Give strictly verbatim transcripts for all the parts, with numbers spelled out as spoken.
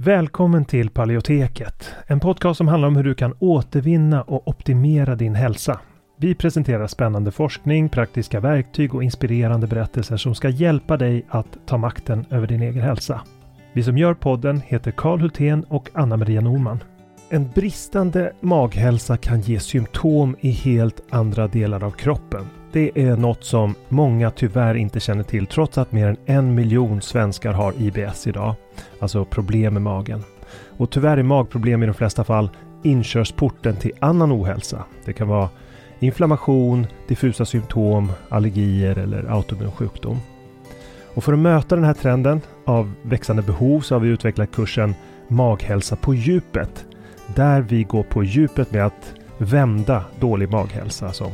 Välkommen till Paleoteket, en podcast som handlar om hur du kan återvinna och optimera din hälsa. Vi presenterar spännande forskning, praktiska verktyg och inspirerande berättelser som ska hjälpa dig att ta makten över din egen hälsa. Vi som gör podden heter Carl Hultén och Anna-Maria Norman. En bristande maghälsa kan ge symptom i helt andra delar av kroppen. Det är något som många tyvärr inte känner till trots att mer än en miljon svenskar har I B S idag. Alltså problem med magen. Och tyvärr är magproblem i de flesta fall inkörsporten till annan ohälsa. Det kan vara inflammation, diffusa symptom, allergier eller autoimmun sjukdom. Och för att möta den här trenden av växande behov så har vi utvecklat kursen Maghälsa på djupet. Där vi går på djupet med att vända dålig maghälsa som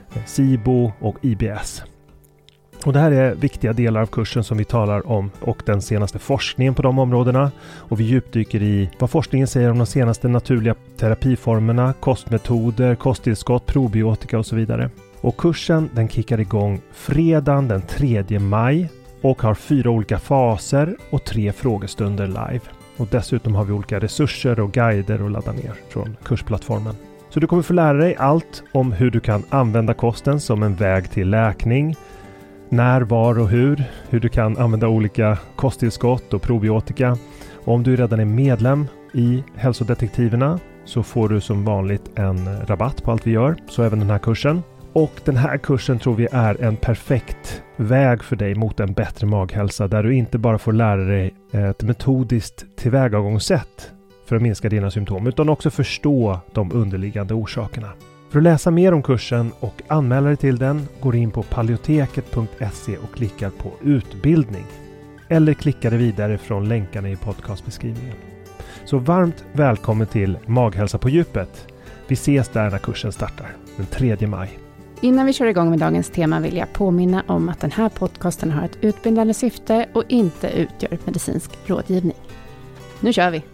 SIBO och I B S. Och det här är viktiga delar av kursen som vi talar om och den senaste forskningen på de områdena. Och vi djupdyker i vad forskningen säger om de senaste naturliga terapiformerna, kostmetoder, kosttillskott, probiotika och så vidare. Och kursen den kickar igång fredagen den tredje maj och har fyra olika faser och tre frågestunder live. Och dessutom har vi olika resurser och guider att ladda ner från kursplattformen. Så du kommer få lära dig allt om hur du kan använda kosten som en väg till läkning. När, var och hur. Hur du kan använda olika kosttillskott och probiotika. Och om du redan är medlem i Hälsodetektiverna så får du som vanligt en rabatt på allt vi gör. Så även den här kursen. Och den här kursen tror vi är en perfekt väg för dig mot en bättre maghälsa. Där du inte bara får lära dig ett metodiskt tillvägagångssätt för att minska dina symptom utan också förstå de underliggande orsakerna. För att läsa mer om kursen och anmäla dig till den går in på paleoteket punkt se och klickar på utbildning. Eller klickar dig vidare från länkarna i podcastbeskrivningen. Så varmt välkommen till Maghälsa på djupet. Vi ses där när kursen startar den tredje maj. Innan vi kör igång med dagens tema vill jag påminna om att den här podcasten har ett utbildande syfte och inte utgör medicinsk rådgivning. Nu kör vi!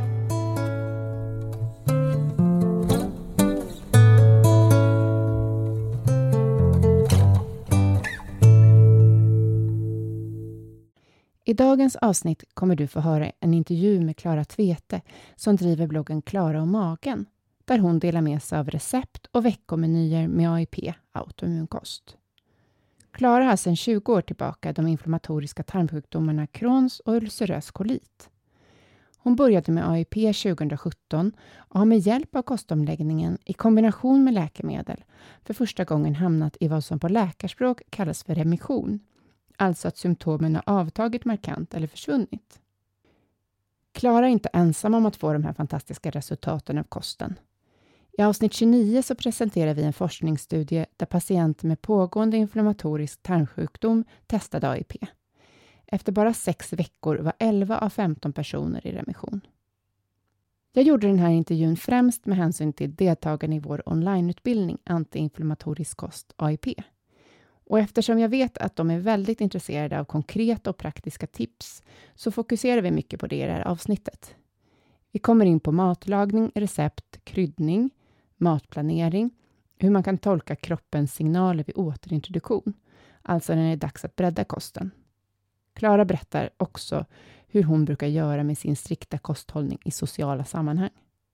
I dagens avsnitt kommer du få höra en intervju med Klara Tvete som driver bloggen Klara och magen, där hon delar med sig av recept och veckomenyer med A I P, autoimmunkost. Klara har sedan tjugo år tillbaka de inflammatoriska tarmsjukdomarna Crohns och ulcerös kolit. Hon började med A I P tjugohundrasjutton och har med hjälp av kostomläggningen i kombination med läkemedel för första gången hamnat i vad som på läkarspråk kallas för remission. Alltså att symptomen har avtagit markant eller försvunnit. Klara är inte ensam om att få de här fantastiska resultaten av kosten. I avsnitt tjugonio så presenterar vi en forskningsstudie där patienter med pågående inflammatorisk tarmsjukdom testade A I P. Efter bara sex veckor var elva av femton personer i remission. Jag gjorde den här intervjun främst med hänsyn till deltagarna i vår onlineutbildning antiinflammatorisk kost A I P. Och eftersom jag vet att de är väldigt intresserade av konkreta och praktiska tips så fokuserar vi mycket på det i det här avsnittet. Vi kommer in på matlagning, recept, kryddning, matplanering, hur man kan tolka kroppens signaler vid återintroduktion, alltså när det är dags att bredda kosten. Klara berättar också hur hon brukar göra med sin strikta kosthållning i sociala sammanhang.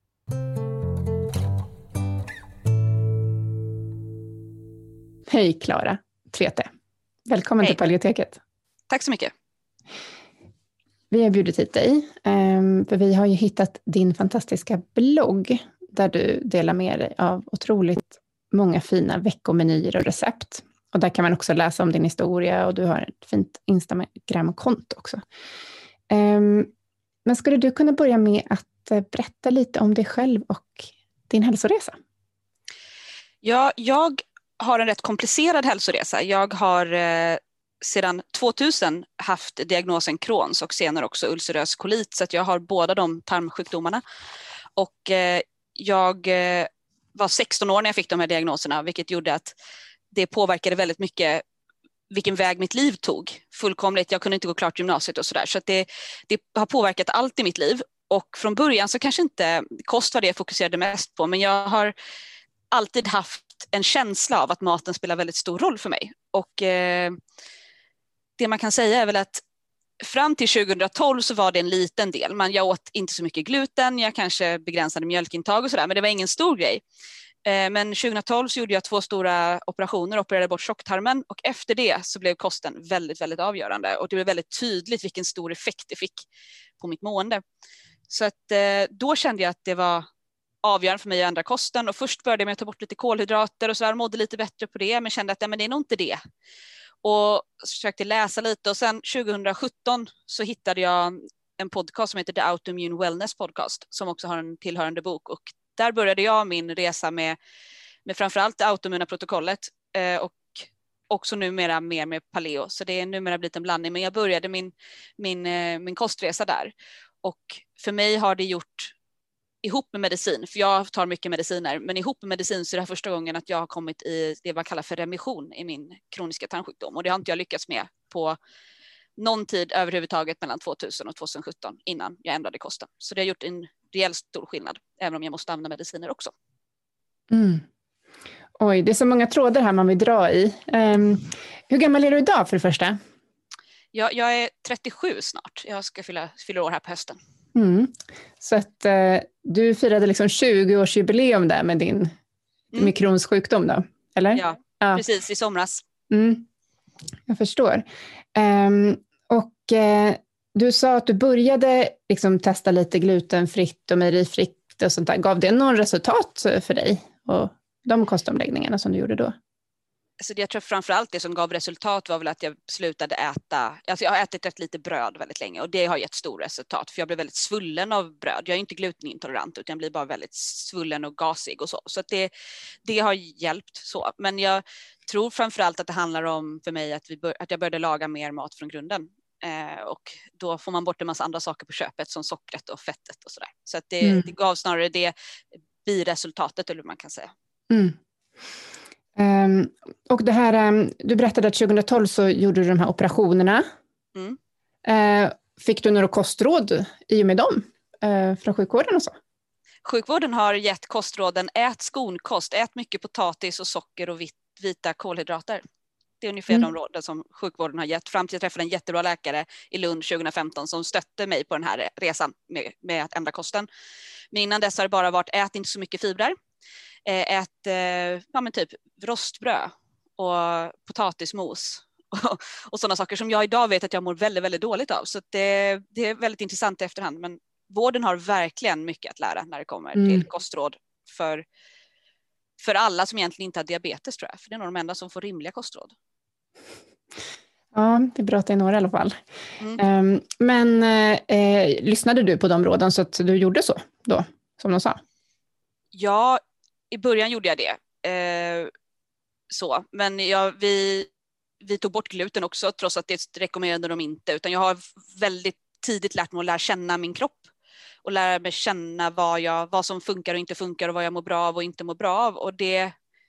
Hej Klara Tvete. Välkommen Hej. till Paleoteket. Tack så mycket. Vi har bjudit hit dig för vi har ju hittat din fantastiska blogg där du delar med dig av otroligt många fina veckomenyer och recept. Och där kan man också läsa om din historia och du har ett fint Instagram-konto också. Men skulle du kunna börja med att berätta lite om dig själv och din hälsoresa? Ja, jag har en rätt komplicerad hälsoresa. Jag har eh, sedan tvåtusen haft diagnosen Crohns och senare också ulcerös kolit. Så att jag har båda de tarmsjukdomarna. Och eh, jag eh, var sexton år när jag fick de här diagnoserna. Vilket gjorde att det påverkade väldigt mycket vilken väg mitt liv tog. Fullkomligt, jag kunde inte gå klart gymnasiet och sådär. Så att det, det har påverkat allt i mitt liv. Och från början så kanske inte kost var det jag fokuserade mest på. Men jag har alltid haft en känsla av att maten spelar väldigt stor roll för mig. Och eh, det man kan säga är väl att fram till tjugohundratolv så var det en liten del. Man, jag åt inte så mycket gluten, jag kanske begränsade mjölkintag och sådär, men det var ingen stor grej. Men tjugohundratolv så gjorde jag två stora operationer, opererade bort tjocktarmen, och efter det så blev kosten väldigt, väldigt avgörande, och det blev väldigt tydligt vilken stor effekt det fick på mitt mående. Så att då kände jag att det var avgörande för mig att ändra kosten, och först började jag med att ta bort lite kolhydrater och så där, mådde lite bättre på det, men kände att ja, men det är nog inte det. Och försökte läsa lite, och sen tjugosjutton så hittade jag en podcast som heter The Autoimmune Wellness Podcast, som också har en tillhörande bok, och där började jag min resa med, med framförallt det autoimmuna protokollet eh, och också numera mer med paleo, så det är numera blivit en blandning, men jag började min, min, eh, min kostresa där, och för mig har det gjort ihop med medicin, för jag tar mycket mediciner, men ihop med medicin så är det här första gången att jag har kommit i det man kallar för remission i min kroniska tarmsjukdom, och det har inte jag lyckats med på någon tid överhuvudtaget mellan tvåtusen och tjugosjutton innan jag ändrade kosten. Så det har gjort en rejäl stor skillnad, även om jag måste använda mediciner också. Mm. Oj, det är så många trådar här man vill dra i. Um, hur gammal är du idag för det första? Jag, jag är trettiosju snart. Jag ska fylla, fylla år här på hösten. Mm. Så att uh, du firade liksom tjugo-årsjubileum där med din mm. med Crohns sjukdom då, eller? Ja, ja, precis, i somras. Mm. Jag förstår. Um, och uh, du sa att du började liksom testa lite glutenfritt och mejerifritt och sånt där. Gav det någon resultat för dig och de kostomläggningarna som du gjorde då? Alltså jag tror framförallt det som gav resultat var väl att jag slutade äta, alltså jag har ätit rätt lite bröd väldigt länge, och det har gett stor resultat, för jag blev väldigt svullen av bröd. Jag är inte glutenintolerant, utan jag blir bara väldigt svullen och gasig och så. Så att det, det har hjälpt så. Men jag tror framförallt att det handlar om för mig att, vi bör, att jag började laga mer mat från grunden. Eh, och då får man bort en massa andra saker på köpet som sockret och fettet och sådär. Så att det, mm. det gav snarare det biresultatet, eller hur man kan säga. Mm. Um, och det här, um, du berättade att tjugohundratolv så gjorde du de här operationerna. Mm. Uh, fick du några kostråd i och med dem uh, från sjukvården och så? Sjukvården har gett kostråden: ät skonkost, ät mycket potatis och socker och vit, vita kolhydrater. Det är ungefär mm. de råden som sjukvården har gett, fram till jag träffade en jättebra läkare i Lund tjugohundrafemton som stötte mig på den här resan med, med att ändra kosten. Men innan dess har det bara varit: ät inte så mycket fibrer. Ät ja, men typ rostbröd och potatismos och, och sådana saker som jag idag vet att jag mår väldigt, väldigt dåligt av. Så det, det är väldigt intressant i efterhand. Men vården har verkligen mycket att lära när det kommer mm. till kostråd för, för alla som egentligen inte har diabetes, tror jag. För det är nog de enda som får rimliga kostråd. Ja, det är bra att det är några i alla fall. Mm. Um, men eh, lyssnade du på de råden så att du gjorde så då, som de sa? Ja, i början gjorde jag det. Eh, så. Men jag, vi, vi tog bort gluten också, trots att det rekommenderade de inte. Utan jag har väldigt tidigt lärt mig att lära känna min kropp. Och lära mig känna vad, jag, vad som funkar och inte funkar, och vad jag mår bra av och inte mår bra av. Och det,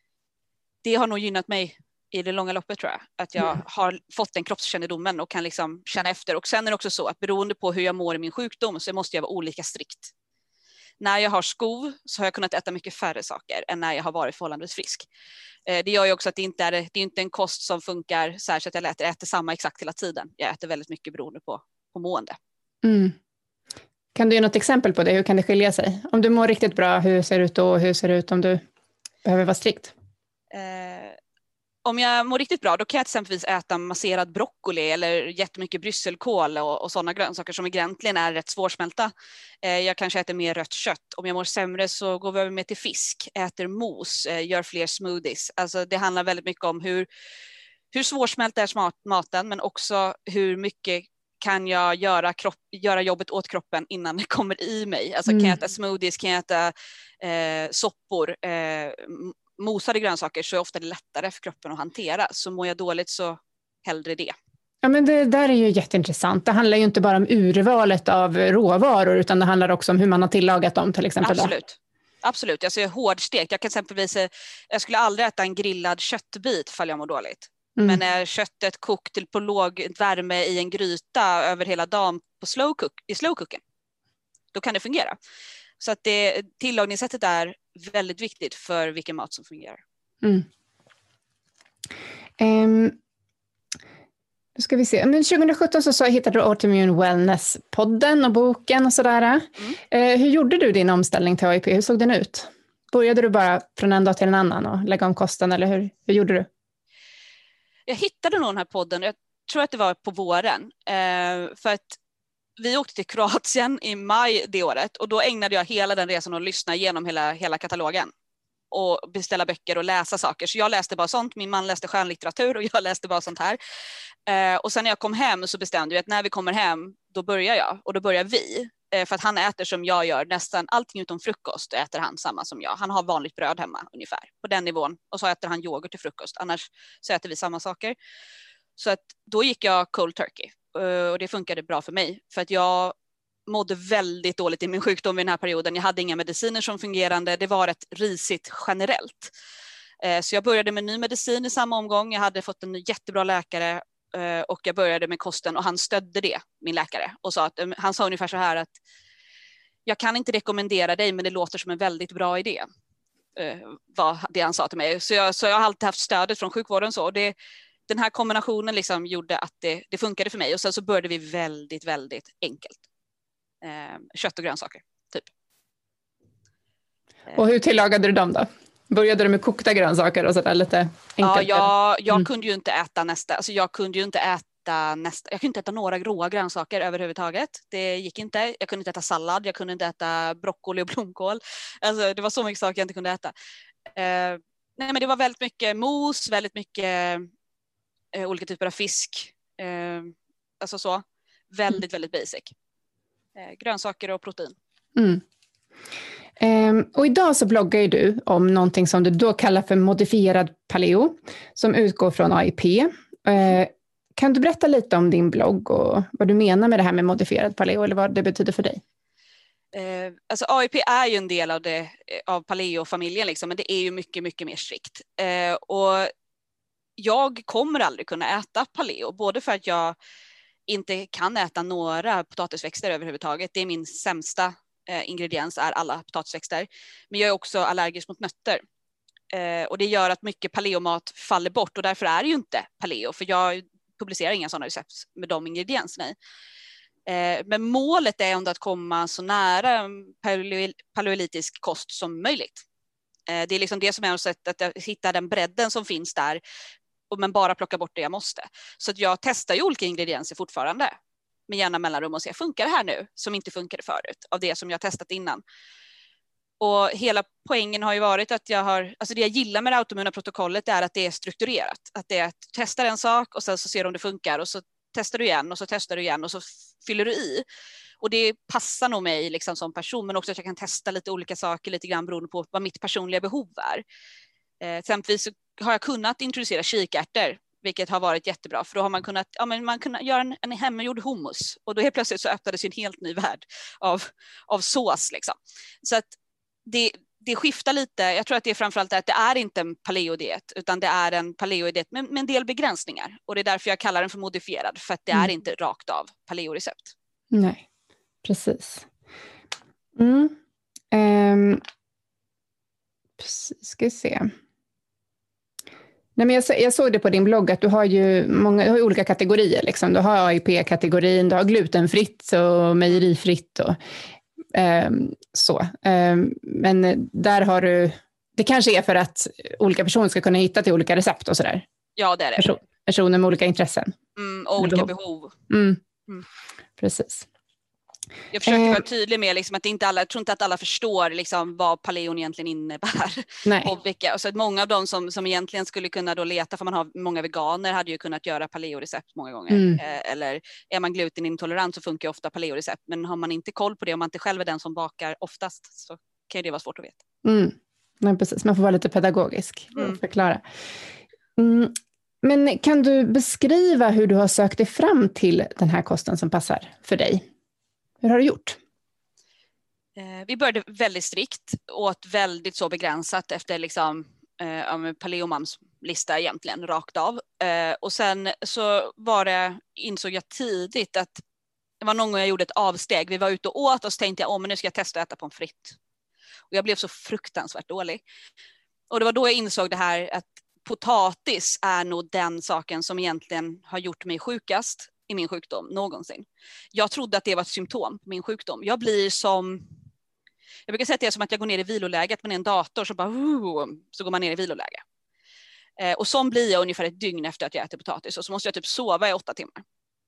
det har nog gynnat mig i det långa loppet, tror jag. Att jag mm. har fått den kroppskännedomen och kan liksom känna efter. Och sen är det också så att beroende på hur jag mår i min sjukdom så måste jag vara olika strikt. När jag har skov så har jag kunnat äta mycket färre saker än när jag har varit förhållandevis frisk. Det gör ju också att det inte är, det är inte en kost som funkar så här så att jag äter, äter samma exakt hela tiden. Jag äter väldigt mycket beroende på, på mående. Mm. Kan du ge något exempel på det? Hur kan det skilja sig? Om du mår riktigt bra, hur ser det ut då? Hur ser det ut om du behöver vara strikt? Eh, om jag mår riktigt bra, då kan jag till exempel äta masserad broccoli eller jättemycket brysselkål och, och sådana grönsaker som egentligen är rätt svårsmälta. Eh, jag kanske äter mer rött kött. Om jag mår sämre så går vi över mer till fisk, äter mos, eh, gör fler smoothies. Alltså det handlar väldigt mycket om hur, hur svårsmält är smat, maten, men också hur mycket kan jag göra, kropp, göra jobbet åt kroppen innan det kommer i mig. Alltså mm. kan jag äta smoothies, kan jag äta eh, soppor, eh, mosade grönsaker, så är ofta det lättare för kroppen att hantera. Så mår jag dåligt så hellre det. Ja, men det där är ju jätteintressant. Det handlar ju inte bara om urvalet av råvaror, utan det handlar också om hur man har tillagat dem till exempel. Absolut. Absolut. Alltså jag är hårdstekt. Jag kan exempelvis, jag skulle aldrig äta en grillad köttbit ifall jag mår dåligt. Mm. Men är köttet kokt på låg värme i en gryta över hela dagen på slow cook, i slow cooken, då kan det fungera. Så att det, tillagningssättet är väldigt viktigt för vilken mat som fungerar. Mm. Um, Nu ska vi se. Men tjugohundrasjutton så, så hittade du Autoimmune Wellness-podden och boken och sådär. Mm. Eh, hur gjorde du din omställning till A I P? Hur såg den ut? Började du bara från en dag till en annan och lägga om kosten, eller hur, hur gjorde du? Jag hittade nog den här podden, jag tror att det var på våren. Eh, för att vi åkte till Kroatien i maj det året och då ägnade jag hela den resan att lyssna igenom hela, hela katalogen. Och beställa böcker och läsa saker. Så jag läste bara sånt, min man läste skönlitteratur och jag läste bara sånt här. Eh, och sen när jag kom hem så bestämde jag att när vi kommer hem, då börjar jag. Och då börjar vi. Eh, för att han äter som jag gör, nästan allting utom frukost äter han samma som jag. Han har vanligt bröd hemma ungefär, på den nivån. Och så äter han yoghurt till frukost, annars så äter vi samma saker. Så att då gick jag cold turkey. Eh, och det funkade bra för mig. För att jag mådde väldigt dåligt i min sjukdom vid den här perioden. Jag hade inga mediciner som fungerande. Det var rätt risigt generellt. Så jag började med ny medicin i samma omgång. Jag hade fått en jättebra läkare och jag började med kosten och han stödde det, min läkare. Och sa att, han sa ungefär så här att jag kan inte rekommendera dig men det låter som en väldigt bra idé. Var det han sa till mig. Så jag, så jag har alltid haft stödet från sjukvården. Så. Och det, den här kombinationen liksom gjorde att det, det funkade för mig. Och sen så började vi väldigt, väldigt enkelt. Eh, kött och grönsaker, typ. Eh. Och hur tillagade du dem då? Började du med kokta grönsaker och sådär lite enkelt? Ja, jag, jag mm. kunde ju inte äta nästa, alltså jag kunde ju inte äta nästa, jag kunde inte äta några råa grönsaker överhuvudtaget. Det gick inte. Jag kunde inte äta sallad, jag kunde inte äta broccoli och blomkål. Alltså det var så mycket saker jag inte kunde äta. Eh, nej, men det var väldigt mycket mos, väldigt mycket eh, olika typer av fisk. Eh, alltså så. Väldigt, väldigt basic. Grönsaker och protein. Mm. Um, och idag så bloggar ju du om någonting som du då kallar för modifierad paleo som utgår från A I P. Uh, kan du berätta lite om din blogg och vad du menar med det här med modifierad paleo eller vad det betyder för dig? Uh, alltså A I P är ju en del av, det, av paleo-familjen liksom, men det är ju mycket, mycket mer strikt. Uh, och jag kommer aldrig kunna äta paleo, både för att jag inte kan äta några potatisväxter överhuvudtaget. Det är min sämsta eh, ingrediens, är alla potatisväxter. Men jag är också allergisk mot nötter. Eh, och det gör att mycket paleomat faller bort och därför är det ju inte paleo. För jag publicerar inga sådana recept med de ingredienserna i. Eh, men målet är ändå att komma så nära paleo- paleolitisk kost som möjligt. Eh, det är liksom det som är ett sätt att hitta den bredden som finns där. Men bara plocka bort det jag måste. Så att jag testar ju olika ingredienser fortfarande. Med jämna mellanrum och se, funkar det här nu? Som inte funkade förut. Av det som jag testat innan. Och hela poängen har ju varit att jag har, alltså det jag gillar med det autoimmuna protokollet är att det är strukturerat. Att det är att testa en sak och sen så ser du om det funkar. Och så testar du igen och så testar du igen och så fyller du i. Och det passar nog mig liksom som person. Men också att jag kan testa lite olika saker lite grann beroende på vad mitt personliga behov är. Eh, exempelvis så har jag kunnat introducera kikärtor, vilket har varit jättebra. För då har man kunnat, ja, men man kunnat göra en, en hemmagjord hummus. Och då helt plötsligt så öppnades en helt ny värld av, av sås. Liksom. Så att det, det skiftar lite. Jag tror att det är framförallt att det är inte en paleodiet, utan det är en paleodiet med, med en del begränsningar. Och det är därför jag kallar den för modifierad. För att det mm. är inte rakt av paleorecept. Nej, precis. Mm. Um, precis, ska vi se. Nej, men jag, jag såg det på din blogg att du har ju många, du har ju olika kategorier. Liksom. Du har A I P-kategorin, du har glutenfritt och mejerifritt och eh, så. Eh, men där har du, det kanske är för att olika personer ska kunna hitta till olika recept och sådär. Ja, det är det. Person, personer med olika intressen. Mm, och olika behov. behov. Mm. Mm. Precis. Jag försöker vara tydlig med liksom att det inte alla, jag tror inte att alla förstår liksom vad paleon egentligen innebär. Nej. Och vilka, och så att många av dem som, som egentligen skulle kunna då leta, för man har många veganer hade ju kunnat göra paleorecept många gånger. Mm. Eh, eller är man glutenintolerant så funkar ofta paleorecept. Men har man inte koll på det, om man inte själv är den som bakar oftast, så kan det vara svårt att veta. Mm. Nej, precis. Man får vara lite pedagogisk och mm. förklara. Mm. Men kan du beskriva hur du har sökt dig fram till den här kosten som passar för dig? Hur har du gjort? Eh, vi började väldigt strikt, åt väldigt så begränsat efter liksom, eh, Paleomams lista egentligen, rakt av. Eh, och sen så var det, insåg jag tidigt att det var någon gång jag gjorde ett avsteg. Vi var ute och åt och så tänkte jag, oh, men nu ska jag testa att äta pommes frites. Och jag blev så fruktansvärt dålig. Och det var då jag insåg det här att potatis är nog den saken som egentligen har gjort mig sjukast i min sjukdom någonsin. Jag trodde att det var ett symptom på min sjukdom. Jag blir som, jag brukar säga att det är som att jag går ner i viloläget med en dator, så bara uh, så går man ner i viloläge. Eh, och så blir jag ungefär ett dygn efter att jag äter potatis, och så måste jag typ sova i åtta timmar.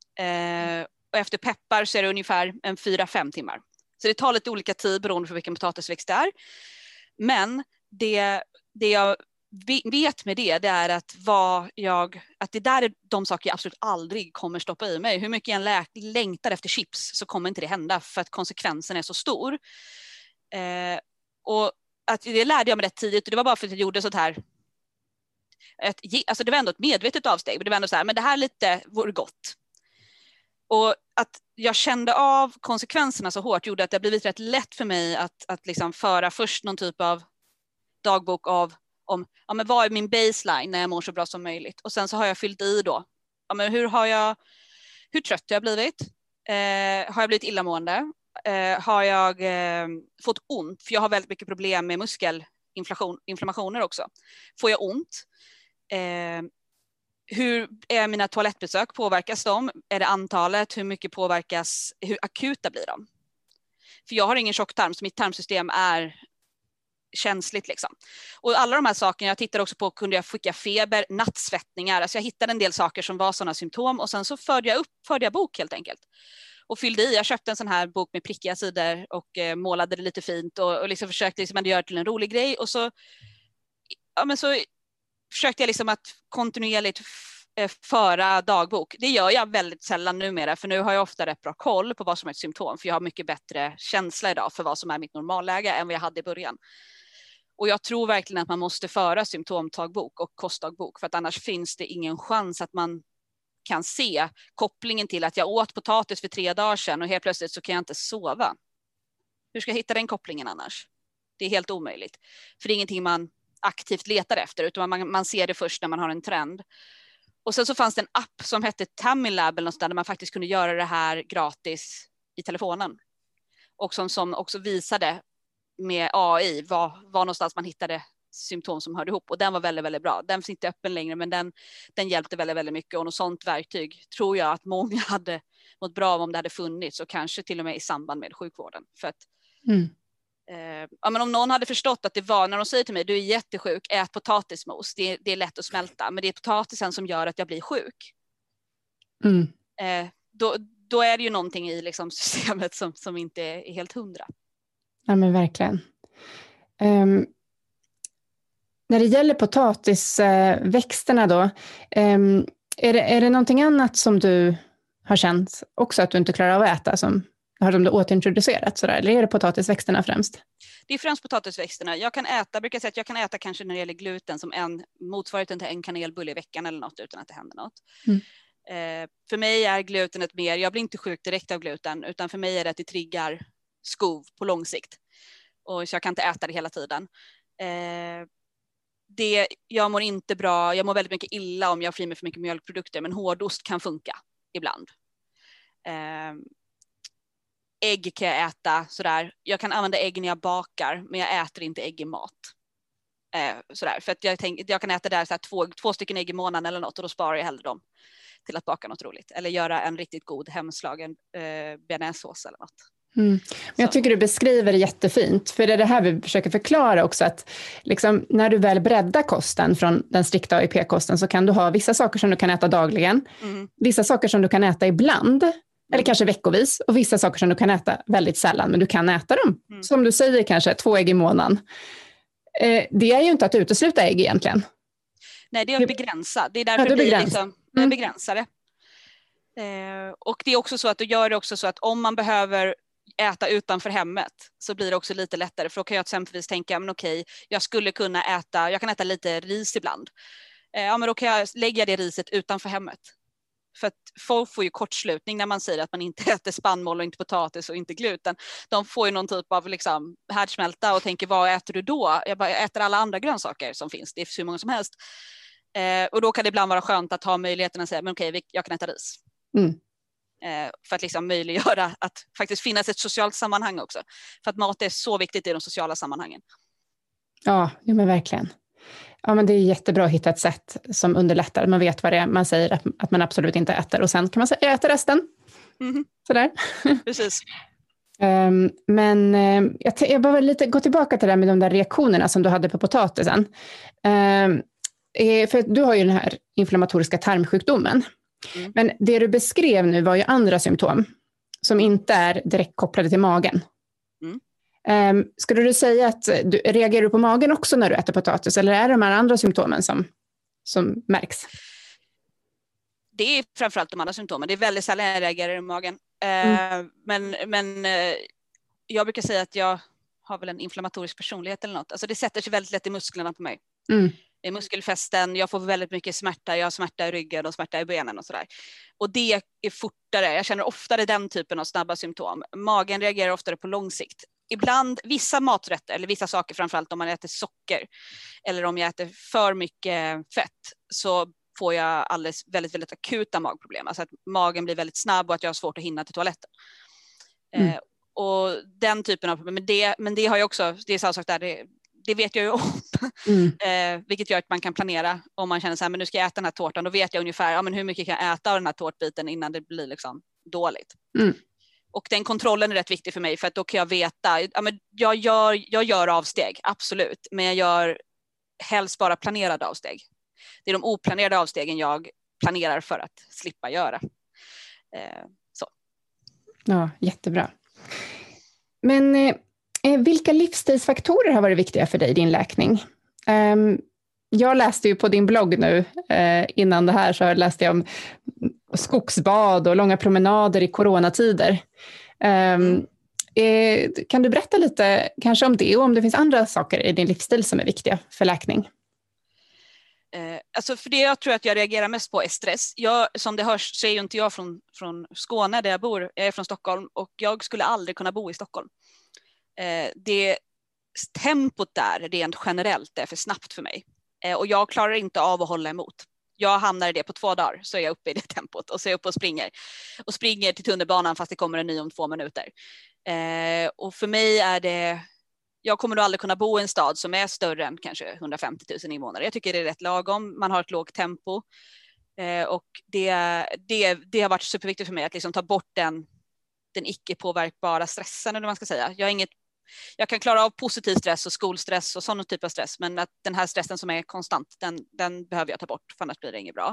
Eh, och efter peppar så är det ungefär en fyra, fem timmar. Så det tar lite olika tid beroende på vilken potatisväxt det är. Men det, det jag vet med det, det är att, vad jag, att det där är de saker jag absolut aldrig kommer stoppa i mig. Hur mycket jag lä- längtar efter chips så kommer inte det hända, för att konsekvensen är så stor. Eh, och att det lärde jag mig rätt tidigt, och det var bara för att jag gjorde sånt här. Ett, alltså det var ändå ett medvetet avsteg, men det var ändå så här, men det här lite vore gott. Och att jag kände av konsekvenserna så hårt gjorde att det har blivit rätt lätt för mig att, att liksom föra först någon typ av dagbok av om ja, men vad är min baseline när jag mår så bra som möjligt. Och sen så har jag fyllt i då. Ja, men hur, har jag, hur trött har jag blivit? Eh, har jag blivit illamående? Eh, har jag eh, fått ont? För jag har väldigt mycket problem med muskelinflammationer också. Får jag ont? Eh, hur är mina toalettbesök? Påverkas de? Är det antalet? Hur mycket påverkas? Hur akuta blir de? För jag har ingen tjocktarm, så mitt tarmsystem är känsligt liksom. Och alla de här sakerna, jag tittar också på, kunde jag skicka feber, nattsvettningar, alltså jag hittade en del saker som var sådana symptom, och sen så förde jag upp, förde jag bok helt enkelt. Och fyllde i, jag köpte en sån här bok med prickiga sidor och eh, målade det lite fint och, och liksom försökte liksom göra det till en rolig grej, och så, ja, men så försökte jag liksom att kontinuerligt f- föra dagbok. Det gör jag väldigt sällan numera, för nu har jag ofta rätt bra koll på vad som är ett symptom, för jag har mycket bättre känsla idag för vad som är mitt normalläge än vad jag hade i början. Och jag tror verkligen att man måste föra symptomdagbok och kostdagbok, för att annars finns det ingen chans att man kan se kopplingen till att jag åt potatis för tre dagar sedan och helt plötsligt så kan jag inte sova. Hur ska jag hitta den kopplingen annars? Det är helt omöjligt. För det är ingenting man aktivt letar efter, utan man, man ser det först när man har en trend. Och sen så fanns det en app som hette Tamilab eller något där man faktiskt kunde göra det här gratis i telefonen. Och som, som också visade med A I var, var någonstans man hittade symptom som hörde ihop. Och den var väldigt, väldigt bra. Den finns inte öppen längre, men den, den hjälpte väldigt, väldigt mycket. Och något sånt verktyg tror jag att många hade mått bra av om det hade funnits, och kanske till och med i samband med sjukvården. För att mm. eh, ja, men om någon hade förstått att det var, när de säger till mig, du är jättesjuk, ät potatismos, det, det är lätt att smälta, men det är potatisen som gör att jag blir sjuk. Mm. Eh, då, då är det ju någonting i liksom systemet som, som inte är helt hundra. Ja, men verkligen. Um, när det gäller potatisväxterna då, um, är, det, är det någonting annat som du har känt också att du inte klarar av att äta, som har de återintroducerat sådär, eller är det potatisväxterna främst? Det är främst potatisväxterna. Jag kan äta, brukar säga att jag kan äta kanske när det gäller gluten som en motsvarigheten till en kanelbulle i veckan eller något, utan att det händer något. Mm. Eh, för mig är gluten ett mer, jag blir inte sjuk direkt av gluten, utan för mig är det att det triggar skov på lång sikt. Och så jag kan inte äta det hela tiden. Eh, det, jag mår inte bra, jag mår väldigt mycket illa om jag får i mig för mycket mjölkprodukter, men hårdost kan funka ibland. Eh, ägg kan jag äta sådär. Jag kan använda ägg när jag bakar, men jag äter inte ägg i mat. Eh, sådär. För att jag, tänk, jag kan äta där såhär, två, två stycken ägg i månaden eller något, och då sparar jag hellre dem till att baka något roligt. Eller göra en riktigt god hemslagen eh, bearnaisesås eller något. Mm. Men jag tycker du beskriver det jättefint, för det är det här vi försöker förklara också, att liksom, när du väl breddar kosten från den strikta A I P-kosten, så kan du ha vissa saker som du kan äta dagligen, mm. vissa saker som du kan äta ibland, mm. eller kanske veckovis, och vissa saker som du kan äta väldigt sällan, men du kan äta dem. Mm. Som du säger, kanske två ägg i månaden. Eh, det är ju inte att utesluta ägg egentligen. Nej, det är att begränsa. Det är därför ja, det blir liksom, det är begränsade. Eh, och det är också så att du gör det också så att om man behöver äta utanför hemmet, så blir det också lite lättare, för då kan jag exempelvis tänka, men okej, jag skulle kunna äta, jag kan äta lite ris ibland. Eh, ja, men då kan jag lägga det riset utanför hemmet. För att folk får ju kortslutning när man säger att man inte äter spannmål och inte potatis och inte gluten. De får ju någon typ av liksom härdsmälta och tänker, vad äter du då? Jag bara jag äter alla andra grönsaker som finns, det är hur många som helst. Eh, och då kan det ibland vara skönt att ha möjligheten att säga, men okej, jag kan äta ris. Mm. Eh, för att liksom möjliggöra att faktiskt finnas ett socialt sammanhang också. För att mat är så viktigt i de sociala sammanhangen. Ja, ja men verkligen. Ja, men det är jättebra att hitta ett sätt som underlättar. Man vet vad det är man säger att, att man absolut inte äter. Och sen kan man säga, jag äter resten. Mm. Sådär. Precis. um, men uh, jag, t- jag bara lite gå tillbaka till det här med de där reaktionerna som du hade på potatisen. Um, eh, för du har ju den här inflammatoriska tarmsjukdomen. Mm. Men det du beskrev nu var ju andra symptom som inte är direkt kopplade till magen. Mm. Um, skulle du säga att du reagerar du på magen också när du äter potatis, eller är det de här andra symptomen som, som märks? Det är framförallt de andra symptomen. Det är väldigt sällan jag reagerar i magen. Mm. Uh, men men uh, jag brukar säga att jag har väl en inflammatorisk personlighet eller något. Alltså det sätter sig väldigt lätt i musklerna på mig. Mm. I muskelfästen, jag får väldigt mycket smärta. Jag har smärta i ryggen och smärta i benen och sådär. Och det är fortare. Jag känner oftare den typen av snabba symptom. Magen reagerar oftare på lång sikt. Ibland, vissa maträtter eller vissa saker, framförallt om man äter socker eller om jag äter för mycket fett, så får jag alldeles väldigt, väldigt akuta magproblem. Alltså att magen blir väldigt snabb och att jag har svårt att hinna till toaletten. Mm. Eh, och den typen av problem. Men det, men det har jag också, det är samma sak där, det, det vet jag ju om. Mm. eh, vilket gör att man kan planera om man känner så här, men nu ska jag äta den här tårtan. Då vet jag ungefär, ja, men hur mycket kan jag äta av den här tårtbiten innan det blir liksom dåligt. Mm. Och den kontrollen är rätt viktig för mig, för att då kan jag veta, ja, men jag, gör, jag gör avsteg, absolut. Men jag gör helst bara planerade avsteg. Det är de oplanerade avstegen jag planerar för att slippa göra. Eh, så. Ja, jättebra. Men eh, vilka livsstilsfaktorer har varit viktiga för dig i din läkning? Um, jag läste ju på din blogg nu, eh, innan det här så läste jag om skogsbad och långa promenader i coronatider. Um, eh, kan du berätta lite kanske om det och om det finns andra saker i din livsstil som är viktiga för läkning? Eh, alltså för det jag tror att jag reagerar mest på är stress. Jag, som det hörs så är ju inte jag från, från Skåne där jag bor, jag är från Stockholm och jag skulle aldrig kunna bo i Stockholm. Eh, det tempot där rent generellt är för snabbt för mig. Eh, och jag klarar inte av att hålla emot. Jag hamnar i det på två dagar, så är jag uppe i det tempot och så är jag uppe och springer. Och springer till tunnelbanan fast det kommer en ny om två minuter. Eh, och för mig är det, jag kommer då aldrig kunna bo i en stad som är större än kanske hundrafemtio tusen invånare. Jag tycker det är rätt lagom, man har ett lågt tempo. Eh, och det, det, det har varit superviktigt för mig att liksom ta bort den, den icke-påverkbara stressen, eller vad man ska säga. Jag har inget Jag kan klara av positiv stress och skolstress och sån typ av stress, men att den här stressen som är konstant, den, den behöver jag ta bort, för annars blir det inget bra.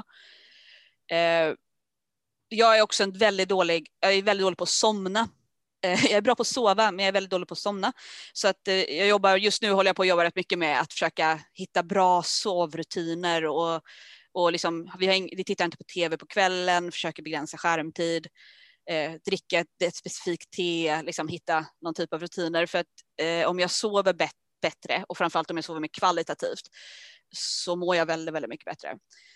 Eh, jag är också en väldigt dålig, jag är väldigt dålig på att somna. Eh, jag är bra på att sova, men jag är väldigt dålig på att somna. Så att eh, jag jobbar, just nu håller jag på att jobba rätt mycket med att försöka hitta bra sovrutiner och, och liksom, vi, har ing, vi tittar inte på tv på kvällen, försöker begränsa skärmtid. Eh, dricka ett, ett specifikt te, liksom hitta någon typ av rutiner, för att eh, om jag sover bet- bättre och framförallt om jag sover mer kvalitativt så mår jag väldigt, väldigt mycket bättre.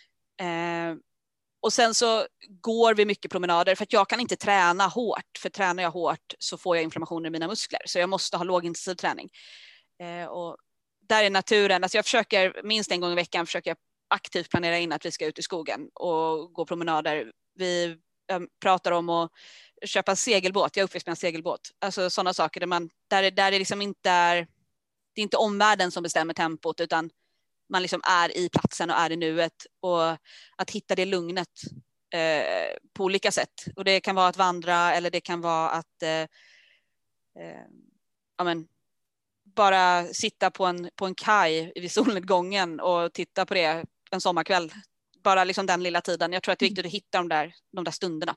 Eh, och sen så går vi mycket promenader, för att jag kan inte träna hårt, för tränar jag hårt så får jag inflammation i mina muskler, så jag måste ha lågintensiv träning. Eh, och där är naturen, alltså jag försöker minst en gång i veckan försöker jag aktivt planera in att vi ska ut i skogen och gå promenader. Vi pratar om att köpa en segelbåt. Jag är uppväxt med en segelbåt. Alltså sådana saker där man där det, där det liksom inte är det är inte omvärlden som bestämmer tempot, utan man liksom är i platsen och är i nuet, och att hitta det lugnet eh, på olika sätt. Och det kan vara att vandra, eller det kan vara att eh, eh, ja, men, bara sitta på en, på en kaj vid solnedgången och titta på det en sommarkväll. Bara liksom den lilla tiden. Jag tror att det är viktigt att hitta de där, de där stunderna.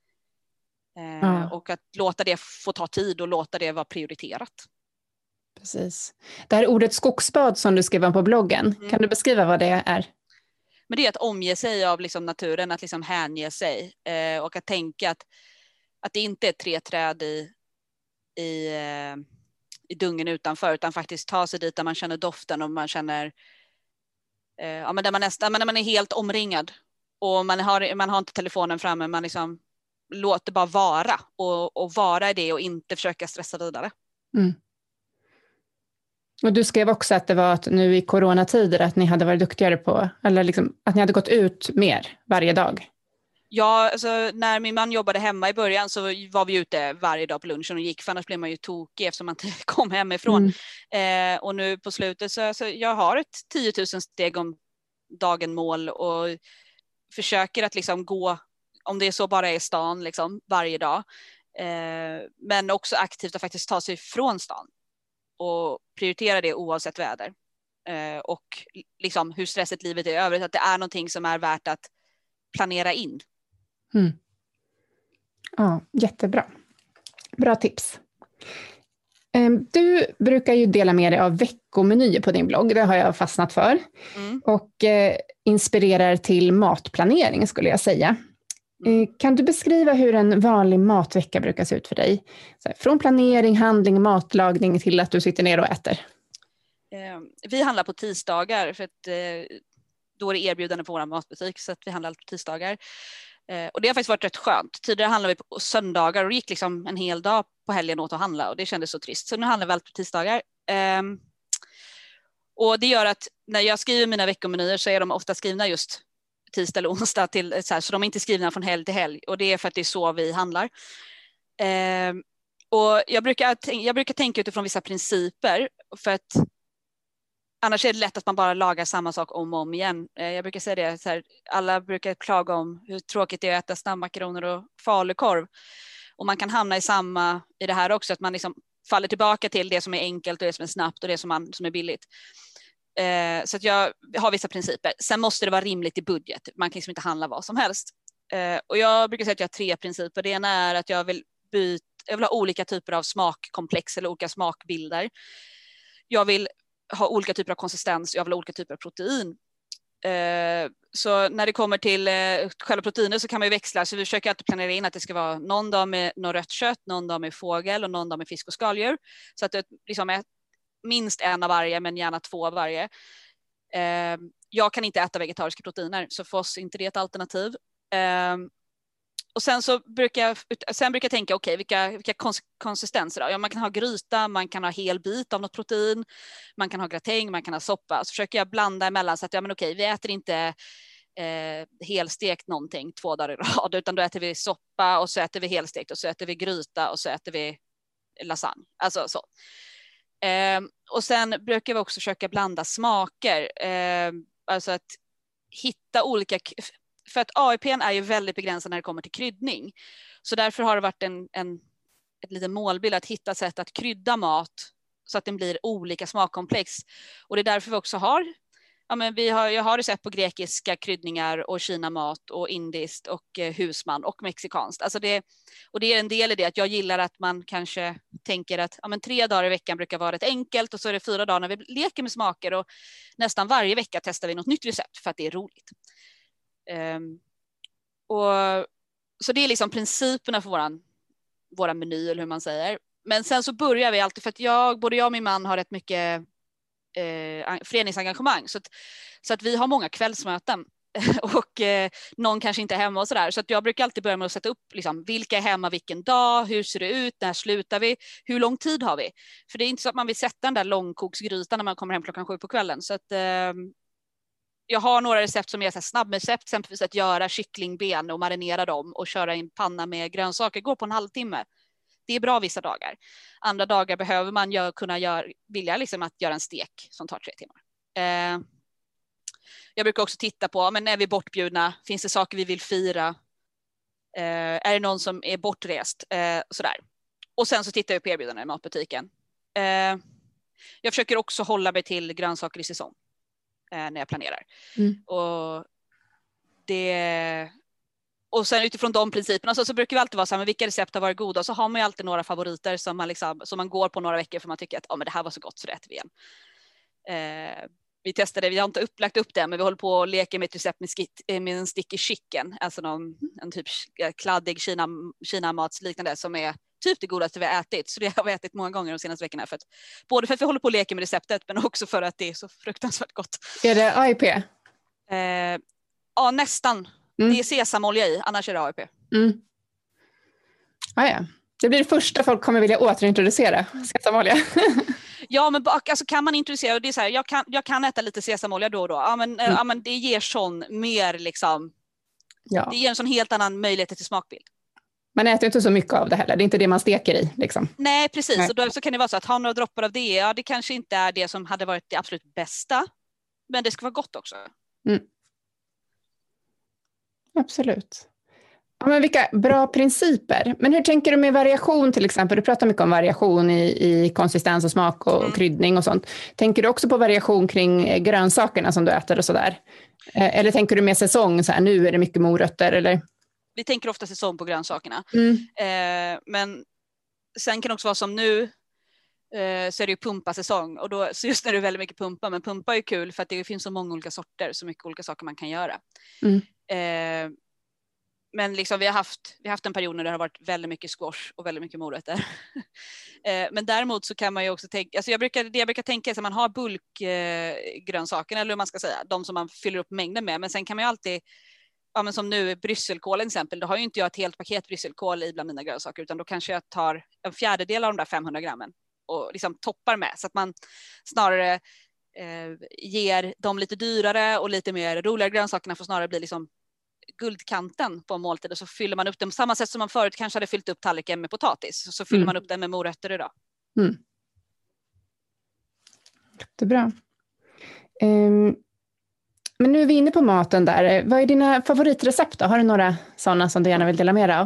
Eh, ja. Och att låta det få ta tid och låta det vara prioriterat. Precis. Det här ordet skogsbad som du skrev om på bloggen, mm. kan du beskriva vad det är? Men det är att omge sig av liksom naturen, att liksom hänge sig. Eh, och att tänka att, att det inte är tre träd i, i, eh, i dungen utanför, utan faktiskt ta sig dit där man känner doften och man känner ja, men där man nästan, men man är helt omringad och man har, man har inte telefonen framme, man liksom låter bara vara och, och vara i det och inte försöka stressa vidare. Mm. Och du skrev också att det var att nu i coronatider att ni hade varit duktigare på, eller liksom, att ni hade gått ut mer varje dag. Ja, alltså, när min man jobbade hemma i början så var vi ute varje dag på lunchen och gick, för annars blev man ju tokig eftersom man inte kom hemifrån. Mm. Eh, och nu på slutet så alltså, jag har ett tio tusen steg om dagen mål och försöker att liksom gå, om det är så bara är i stan liksom, varje dag. Eh, men också aktivt att faktiskt ta sig från stan och prioritera det oavsett väder. Eh, och liksom hur stressigt livet är i övrigt, att det är någonting som är värt att planera in. Mm. Ja, jättebra. Bra tips. Du brukar ju dela med dig av veckomenyer på din blogg, det har jag fastnat för. Mm. Och eh, inspirerar till matplanering skulle jag säga. Mm. Kan du beskriva hur en vanlig matvecka brukar se ut för dig? Så här, från planering, handling, matlagning till att du sitter ner och äter. Eh, vi handlar på tisdagar för att eh, då är det erbjudande på vår matbutik, så att vi handlar på tisdagar. Eh, och det har faktiskt varit rätt skönt. Tidigare handlade vi på söndagar och det gick liksom en hel dag på helgen åt att handla och det kändes så trist. Så nu handlar vi alltid på tisdagar. Eh, och det gör att när jag skriver mina veckomenyer så är de ofta skrivna just tisdag eller onsdag till, så, här, så de är inte skrivna från helg till helg. Och det är för att det är så vi handlar. Eh, och jag brukar, jag brukar tänka utifrån vissa principer, för att annars är det lätt att man bara lagar samma sak om och om igen. Jag brukar säga det, så här, alla brukar klaga om hur tråkigt det är att äta snabbmakaroner och falukorv. Och man kan hamna i samma i det här också, att man liksom faller tillbaka till det som är enkelt och det som är snabbt och det som, man, som är billigt. Eh, så att jag har vissa principer. Sen måste det vara rimligt i budget. Man kan liksom inte handla vad som helst. Eh, och jag brukar säga att jag har tre principer. Det ena är att jag vill byta, jag vill ha olika typer av smakkomplex eller olika smakbilder. Jag vill ha olika typer av konsistens, jag vill ha olika typer av protein. Eh, så när det kommer till eh, själva proteiner så kan man ju växla, så vi försöker alltid planera in att det ska vara någon dag med något rött kött, någon dag med fågel och någon dag med fisk och skaldjur. Så att det liksom är minst en av varje, men gärna två av varje. Eh, jag kan inte äta vegetariska proteiner, så för oss är inte det ett alternativ. Eh, Och sen så brukar jag, sen brukar jag tänka, okej, okay, vilka, vilka kons- konsistenser då? Ja, man kan ha gryta, man kan ha hel bit av något protein, man kan ha gratäng, man kan ha soppa. Så försöker jag blanda emellan så att, ja men okej, okay, vi äter inte eh, helstekt någonting två dagar i rad, utan då äter vi soppa och så äter vi helstekt och så äter vi gryta och så äter vi lasagne. Alltså så. Eh, och sen brukar vi också försöka blanda smaker. Eh, alltså att hitta olika... För att A I P är ju väldigt begränsad när det kommer till kryddning. Så därför har det varit en, en ett litet målbild att hitta sätt att krydda mat så att den blir olika smakkomplex. Och det är därför vi också har, ja men vi har, jag har recept på grekiska kryddningar och kinamat och indiskt och eh, husman och mexikanskt. Alltså det, och det är en del i det att jag gillar att man kanske tänker att ja men tre dagar i veckan brukar vara rätt enkelt och så är det fyra dagar när vi leker med smaker och nästan varje vecka testar vi något nytt recept för att det är roligt. Um, och, så det är liksom principerna för våran, våra meny eller hur man säger. Men sen så börjar vi alltid, för att jag, både jag och min man har rätt mycket eh, föreningsengagemang, så att, så att vi har många kvällsmöten och eh, någon kanske inte är hemma och sådär, så att jag brukar alltid börja med att sätta upp liksom, vilka är hemma vilken dag, hur ser det ut, när slutar vi, hur lång tid har vi, för det är inte så att man vill sätta den där långkoksgrytan när man kommer hem klockan sju på kvällen, så att eh, jag har några recept som är så här snabbrecept, exempelvis att göra kycklingben och marinera dem och köra i en panna med grönsaker, går på en halvtimme. Det är bra vissa dagar. Andra dagar behöver man gör, kunna göra, vilja liksom att göra en stek som tar tre timmar. Eh, jag brukar också titta på, men är vi bortbjudna? Finns det saker vi vill fira? Eh, är det någon som är bortrest? Eh, sådär. Och sen så tittar jag på erbjudanden i matbutiken. Eh, jag försöker också hålla mig till grönsaker i säsong när jag planerar. Mm. Och det och sen utifrån de principerna så, så brukar vi alltid vara så här, men vilka recept har varit goda, och så har man ju alltid några favoriter som man liksom, som man går på några veckor för man tycker att oh, men det här var så gott så det äter vi igen. Eh, vi testade, vi har inte upplagt upp det, men vi håller på att leka med ett recept med, skit, med en sticky chicken, alltså någon, en typ kladdig Kina, Kina-mats liknande som är typ det godaste vi har ätit, så det har vi ätit många gånger de senaste veckorna, för att, både för att vi håller på att leka med receptet men också för att det är så fruktansvärt gott. Är det A I P? Eh, ja, nästan. Mm. Det är sesamolja i, annars är det A I P. Mm. Ah, ja. Det blir det första folk kommer vilja återintroducera, sesamolja. Ja, men alltså, kan man introducera, det är så här, jag kan, jag kan äta lite sesamolja då och då. Ja, men, mm. ja, men det ger sån mer liksom Ja. Det ger en sån helt annan möjlighet till smakbild. Man äter inte så mycket av det heller. Det är inte det man steker i. Liksom. Nej, precis. Nej. Och då så kan det vara så att ha några droppar av det, ja, det kanske inte är det som hade varit det absolut bästa. Men det ska vara gott också. Mm. Absolut. Ja, men vilka bra principer. Men hur tänker du med variation till exempel? Du pratar mycket om variation i, i konsistens och smak och mm. kryddning och sånt. Tänker du också på variation kring grönsakerna som du äter och sådär? Eller tänker du med säsong, så här, nu är det mycket morötter eller? Vi tänker ofta säsong på grönsakerna. Mm. Eh, men sen kan det också vara som nu, eh, så är det ju pumpa-säsong. Och då, så just när det är väldigt mycket pumpa, men pumpa är ju kul för att det finns så många olika sorter, så mycket olika saker man kan göra. Mm. Eh, men liksom vi har haft, vi har haft en period när det har varit väldigt mycket squash och väldigt mycket morötter. eh, men däremot så kan man ju också tänka, alltså jag brukar, det jag brukar tänka är att man har bulkgrönsakerna, eh, eller hur man ska säga, de som man fyller upp mängden med. Men sen kan man ju alltid, ja, men som nu brysselkål till exempel, då har ju inte jag ett helt paket brysselkål i bland mina grönsaker, utan då kanske jag tar en fjärdedel av de där femhundra grammen och liksom toppar med, så att man snarare eh, ger de lite dyrare och lite mer roligare grönsakerna för snarare bli liksom guldkanten på en måltid, och så fyller man upp den på samma sätt som man förut kanske hade fyllt upp tallriken med potatis, så fyller mm. man upp den med morötter idag. Mm. Jättebra. Um... Men nu är vi inne på maten där. Vad är dina favoritrecept då? Har du några sådana som du gärna vill dela med dig av?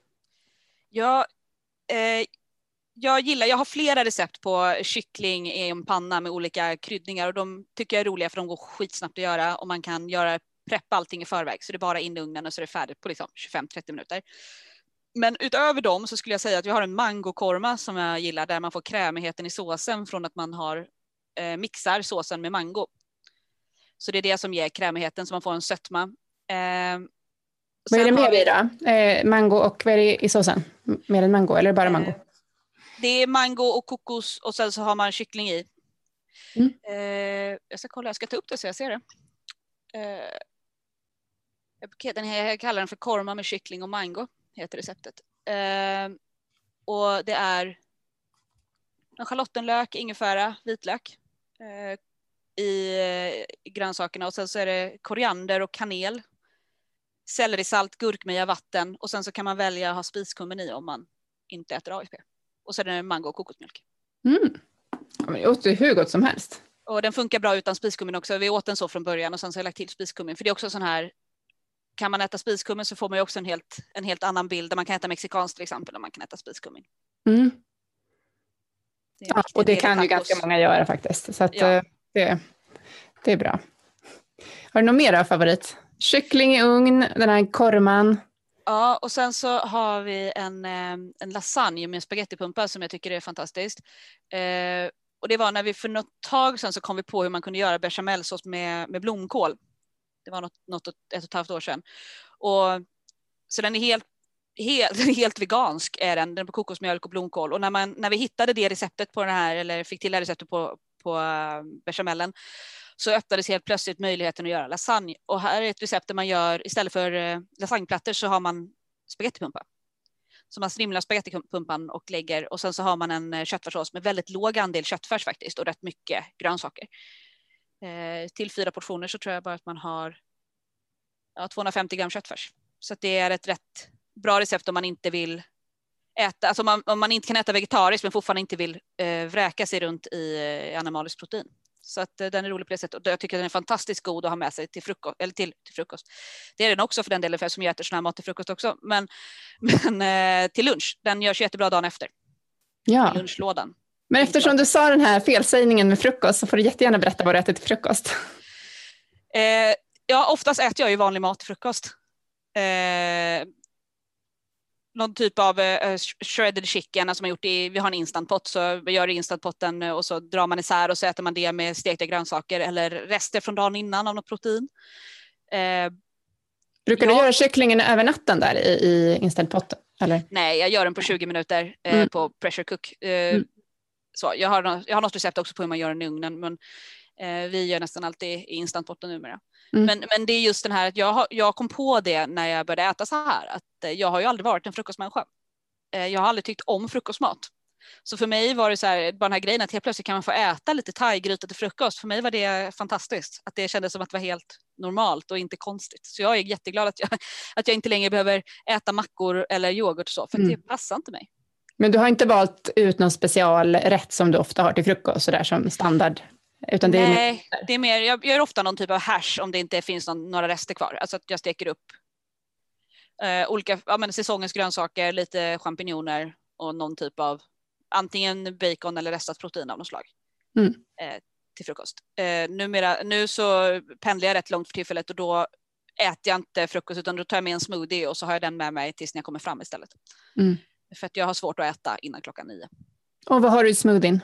Ja, eh, jag gillar, jag har flera recept på kyckling i en panna med olika kryddningar, och de tycker jag är roliga för de går skitsnabbt att göra och man kan göra preppa allting i förväg, så det är bara in i ugnen och så är det färdigt på liksom tjugofem till trettio minuter. Men utöver dem så skulle jag säga att vi har en mangokorma som jag gillar, där man får krämigheten i såsen från att man har eh, mixar såsen med mango. Så det är det som ger krämigheten, så man får en sötma. Eh, vad är det mer i då? Eh, mango och vad är det i såsen? Mer än mango, eller bara mango? Eh, det är mango och kokos och sen så har man kyckling i. Mm. Eh, jag ska kolla, jag ska ta upp det så jag ser det. Eh, den här, jag kallar den för korma med kyckling och mango, heter receptet. Eh, och det är en schalottenlök, ingefära, vitlök. Eh, i grönsakerna, och sen så är det koriander och kanel, sellerisalt, gurkmeja, vatten, och sen så kan man välja att ha spiskummin i om man inte äter A S P. Och så är det mango och kokosmjölk. Mm. Ja, men det åt ju hur gott som helst. Och den funkar bra utan spiskummin också. Vi åt den så från början och sen så har jag lagt till spiskummin, för det är också sån här, kan man äta spiskummin så får man ju också en helt, en helt annan bild, där man kan äta mexikanskt till exempel, och man kan äta spiskummin. Mm. Ja, och det kan ju ganska många göra faktiskt, så att ja. det Det är bra. Har du någon mer favorit? Kyckling i ugn, den här korman. Ja, och sen så har vi en, en lasagne med spagettipumpa som jag tycker är fantastiskt. Eh, och det var när vi för något tag sedan så kom vi på hur man kunde göra bechamelsås med, med blomkål. Det var något, något ett och ett halvt år sedan. Och, så den är helt, helt, helt vegansk, är den. Den är på kokosmjölk och blomkål. Och när, man, när vi hittade det receptet på den här, eller fick till det receptet på, på bechamelen, så öppnades helt plötsligt möjligheten att göra lasagne. Och här är ett recept där man gör, istället för eh, lasagneplattor så har man spagettipumpa. Så man strimlar spagettipumpan och lägger, och sen så har man en eh, köttfärssås med väldigt låg andel köttfärs faktiskt, och rätt mycket grönsaker. Eh, till fyra portioner så tror jag bara att man har ja, tvåhundrafemtio gram köttfärs. Så att det är ett rätt bra recept om man inte vill äta, alltså man, om man inte kan äta vegetariskt men fortfarande inte vill eh, vräka sig runt i eh, animaliskt protein. Så att eh, den är rolig på det sättet, och jag tycker att den är fantastiskt god att ha med sig till frukost, eller till, till frukost. Det är den också för den delen, för som jag äter sån här mat till frukost också, men, men eh, till lunch, den görs jättebra dagen efter. Ja. I lunchlådan. Men eftersom du sa den här felsägningen med frukost, så får du jättegärna berätta vad du äter till frukost. Eh, ja, oftast äter jag ju vanlig mat till frukost. Eh, någon typ av uh, shredded chicken, alltså man gjort i, vi har en instantpott, så vi gör instantpotten och så drar man isär och så äter man det med stekta grönsaker eller rester från dagen innan av något protein. Uh, Brukar ja. du göra kycklingen över natten där i, i instantpotten? Eller? Nej, jag gör den på tjugo minuter uh, mm. på pressure cook. Uh, mm. Så jag har, jag har något recept också på hur man gör den i ugnen, men uh, vi gör nästan alltid i instantpotten numera. Mm. Men, men det är just den här att jag, har, jag kom på det när jag började äta så här, att jag har ju aldrig varit en frukostmänniska. Jag har aldrig tyckt om frukostmat. Så för mig var det så här, bara den här grejen att helt plötsligt kan man få äta lite thaigryta till frukost. För mig var det fantastiskt. Att det kändes som att det var helt normalt och inte konstigt. Så jag är jätteglad att jag, att jag inte längre behöver äta mackor eller yoghurt och så. För mm. det passar inte mig. Men du har inte valt ut någon specialrätt som du ofta har till frukost, så där som standard? Utan det Nej, är mer... det är mer, jag gör ofta någon typ av hash om det inte finns någon, några rester kvar. Alltså att jag steker upp eh, olika, ja, men säsongens grönsaker, lite champinjoner och någon typ av antingen bacon eller restat protein av något slag mm. eh, till frukost. Eh, numera, nu så pendlar jag rätt långt för tillfället och då äter jag inte frukost utan då tar jag med en smoothie och så har jag den med mig tills när jag kommer fram istället. Mm. För att jag har svårt att äta innan klockan nio. Och vad har du i smoothien?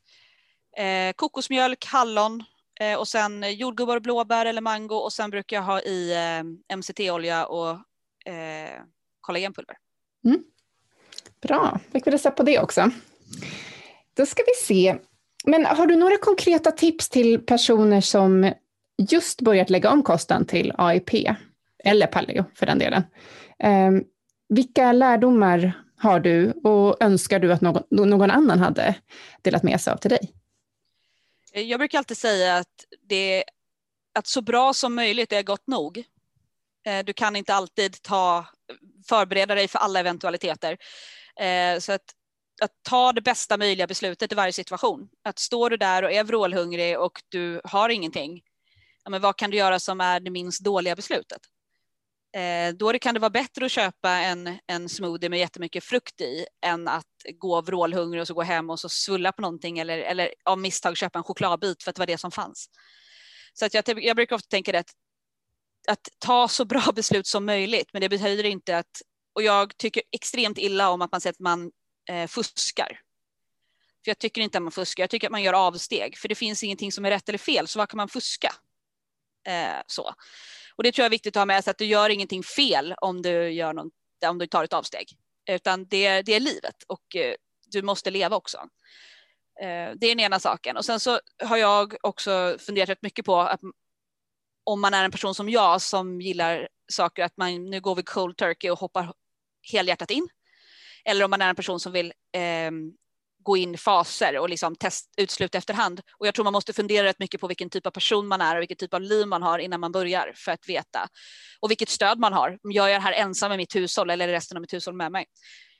Eh, kokosmjölk, hallon eh, och sen jordgubbar, blåbär eller mango och sen brukar jag ha i eh, M C T-olja och eh, kollagenpulver. Mm. Bra, fick vi recept på det också. Då ska vi se. Men har du några konkreta tips till personer som just börjat lägga om kosten till A I P eller paleo för den delen? Eh, vilka lärdomar har du och önskar du att någon, någon annan hade delat med sig av till dig? Jag brukar alltid säga att, det, att så bra som möjligt är gott nog. Du kan inte alltid ta, förbereda dig för alla eventualiteter. Så att, att ta det bästa möjliga beslutet i varje situation. Att står du där och är vrålhungrig och du har ingenting, ja, men vad kan du göra som är det minst dåliga beslutet? Eh, då det kan det vara bättre att köpa en, en smoothie med jättemycket frukt i än att gå vrålhungrig och så gå hem och så svulla på någonting eller, eller av misstag köpa en chokladbit för att det var det som fanns. Så att jag, jag brukar ofta tänka det att, att ta så bra beslut som möjligt, men det betyder inte att, och jag tycker extremt illa om att man säger att man eh, fuskar. För jag tycker inte att man fuskar, jag tycker att man gör avsteg, för det finns ingenting som är rätt eller fel, så vad kan man fuska? Eh, så. Och det tror jag är viktigt att ha med sig, att du gör ingenting fel om du, gör någon, om du tar ett avsteg. Utan det, det är livet och eh, du måste leva också. Eh, det är den ena saken. Och sen så har jag också funderat rätt mycket på att om man är en person som jag som gillar saker, att man nu går vi cold turkey och hoppar helhjärtat in. Eller om man är en person som vill eh, gå in i faser och liksom test, utsluta efterhand. Och jag tror man måste fundera rätt mycket på vilken typ av person man är och vilken typ av liv man har innan man börjar för att veta. Och vilket stöd man har. Gör jag det här ensam med mitt hushåll eller är resten av mitt hushåll med mig?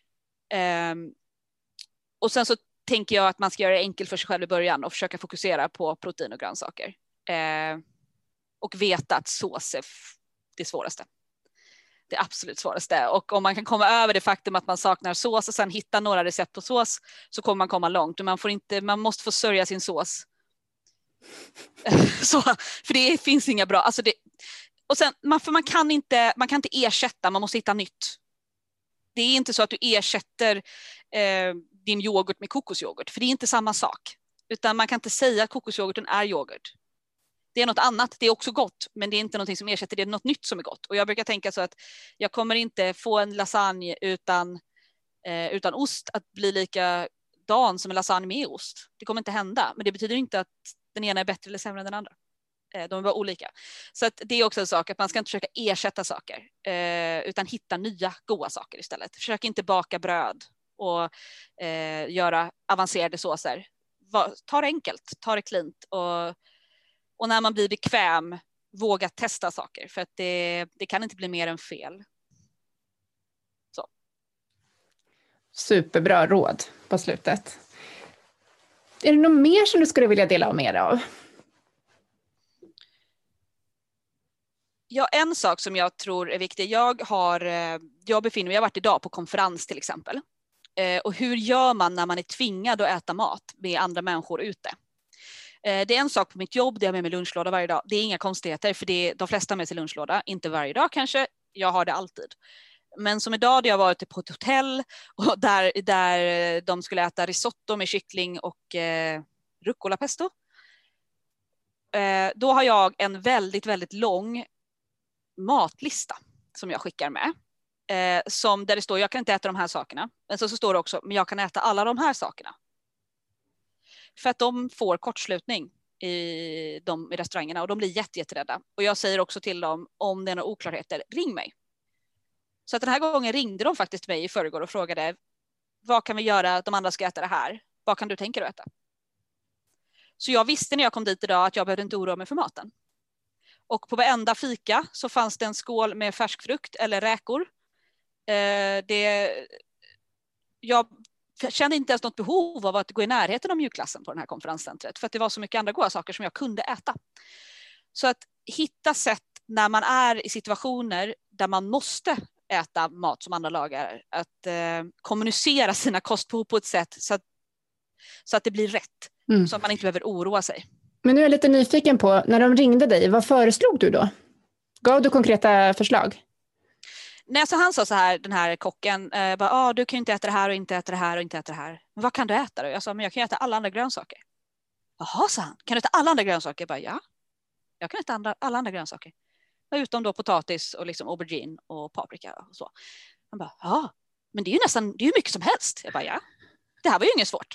Um, och sen så tänker jag att man ska göra det enkelt för sig själv i början och försöka fokusera på protein och grönsaker. Uh, och veta att sås är det svåraste. Det absolut svåraste. Och om man kan komma över det faktum att man saknar sås och sen hitta några recept på sås, så kommer man komma långt. Och man, får inte, man måste få sörja sin sås. Så, för det finns inga bra. Alltså det, och sen, man, för man, kan inte, man kan inte ersätta, man måste hitta nytt. Det är inte så att du ersätter eh, din yoghurt med kokosyoghurt. För det är inte samma sak. Utan man kan inte säga att kokosyoghurten är yoghurt. Det är något annat, det är också gott, men det är inte något som ersätter, det är något nytt som är gott. Och jag brukar tänka så att jag kommer inte få en lasagne utan, eh, utan ost att bli likadan som en lasagne med ost. Det kommer inte hända, men det betyder inte att den ena är bättre eller sämre än den andra. Eh, de är bara olika. Så att det är också en sak att man ska inte försöka ersätta saker, eh, utan hitta nya goda saker istället. Försök inte baka bröd och eh, göra avancerade såser. Va, ta det enkelt, ta det klint och Och när man blir bekväm, våga testa saker. För att det, det kan inte bli mer än fel. Så. Superbra råd på slutet. Är det något mer som du skulle vilja dela med dig av? Ja, en sak som jag tror är viktig. Jag, har, jag befinner mig, jag har varit idag på konferens till exempel. Och hur gör man när man är tvingad att äta mat med andra människor ute? Det är en sak på mitt jobb, det är med mig lunchlåda varje dag. Det är inga konstigheter, för det är, de flesta har med sig lunchlåda. Inte varje dag kanske, jag har det alltid. Men som idag, där jag varit på ett hotell och där, där de skulle äta risotto med kyckling och eh, rucola pesto. Eh, då har jag en väldigt, väldigt lång matlista som jag skickar med. Eh, som där det står, jag kan inte äta de här sakerna. Men så, så står det också, men jag kan äta alla de här sakerna. För att de får kortslutning i, de, i restaurangerna och de blir jätte, jätterädda. Och jag säger också till dem, om det är några oklarheter, ring mig. Så att den här gången ringde de faktiskt mig i förrgår och frågade, vad kan vi göra att de andra ska äta det här? Vad kan du tänka dig att äta? Så jag visste när jag kom dit idag att jag behövde inte oroa mig för maten. Och på varenda fika så fanns det en skål med färskfrukt eller räkor. Eh, det, jag kände inte ens något behov av att gå i närheten av mjukglassen på den här konferenscentret. För att det var så mycket andra goda saker som jag kunde äta. Så att hitta sätt när man är i situationer där man måste äta mat som andra lagar. Att eh, kommunicera sina kostbehov på ett sätt så att, så att det blir rätt. Mm. Så att man inte behöver oroa sig. Men nu är jag lite nyfiken på, när de ringde dig, vad föreslog du då? Gav du konkreta förslag? Nej, så han sa så här, den här kocken, eh, bara, ah, du kan ju inte äta det här och inte äta det här och inte äta det här. Men vad kan du äta då? Jag sa, men jag kan äta alla andra grönsaker. Jaha, sa han, kan du äta alla andra grönsaker? Jag bara, ja, jag kan äta andra, alla andra grönsaker. Utom då potatis och liksom aubergine och paprika och så. Han bara, ja, men det är ju nästan, det är ju mycket som helst. Jag bara, ja, det här var ju inget svårt.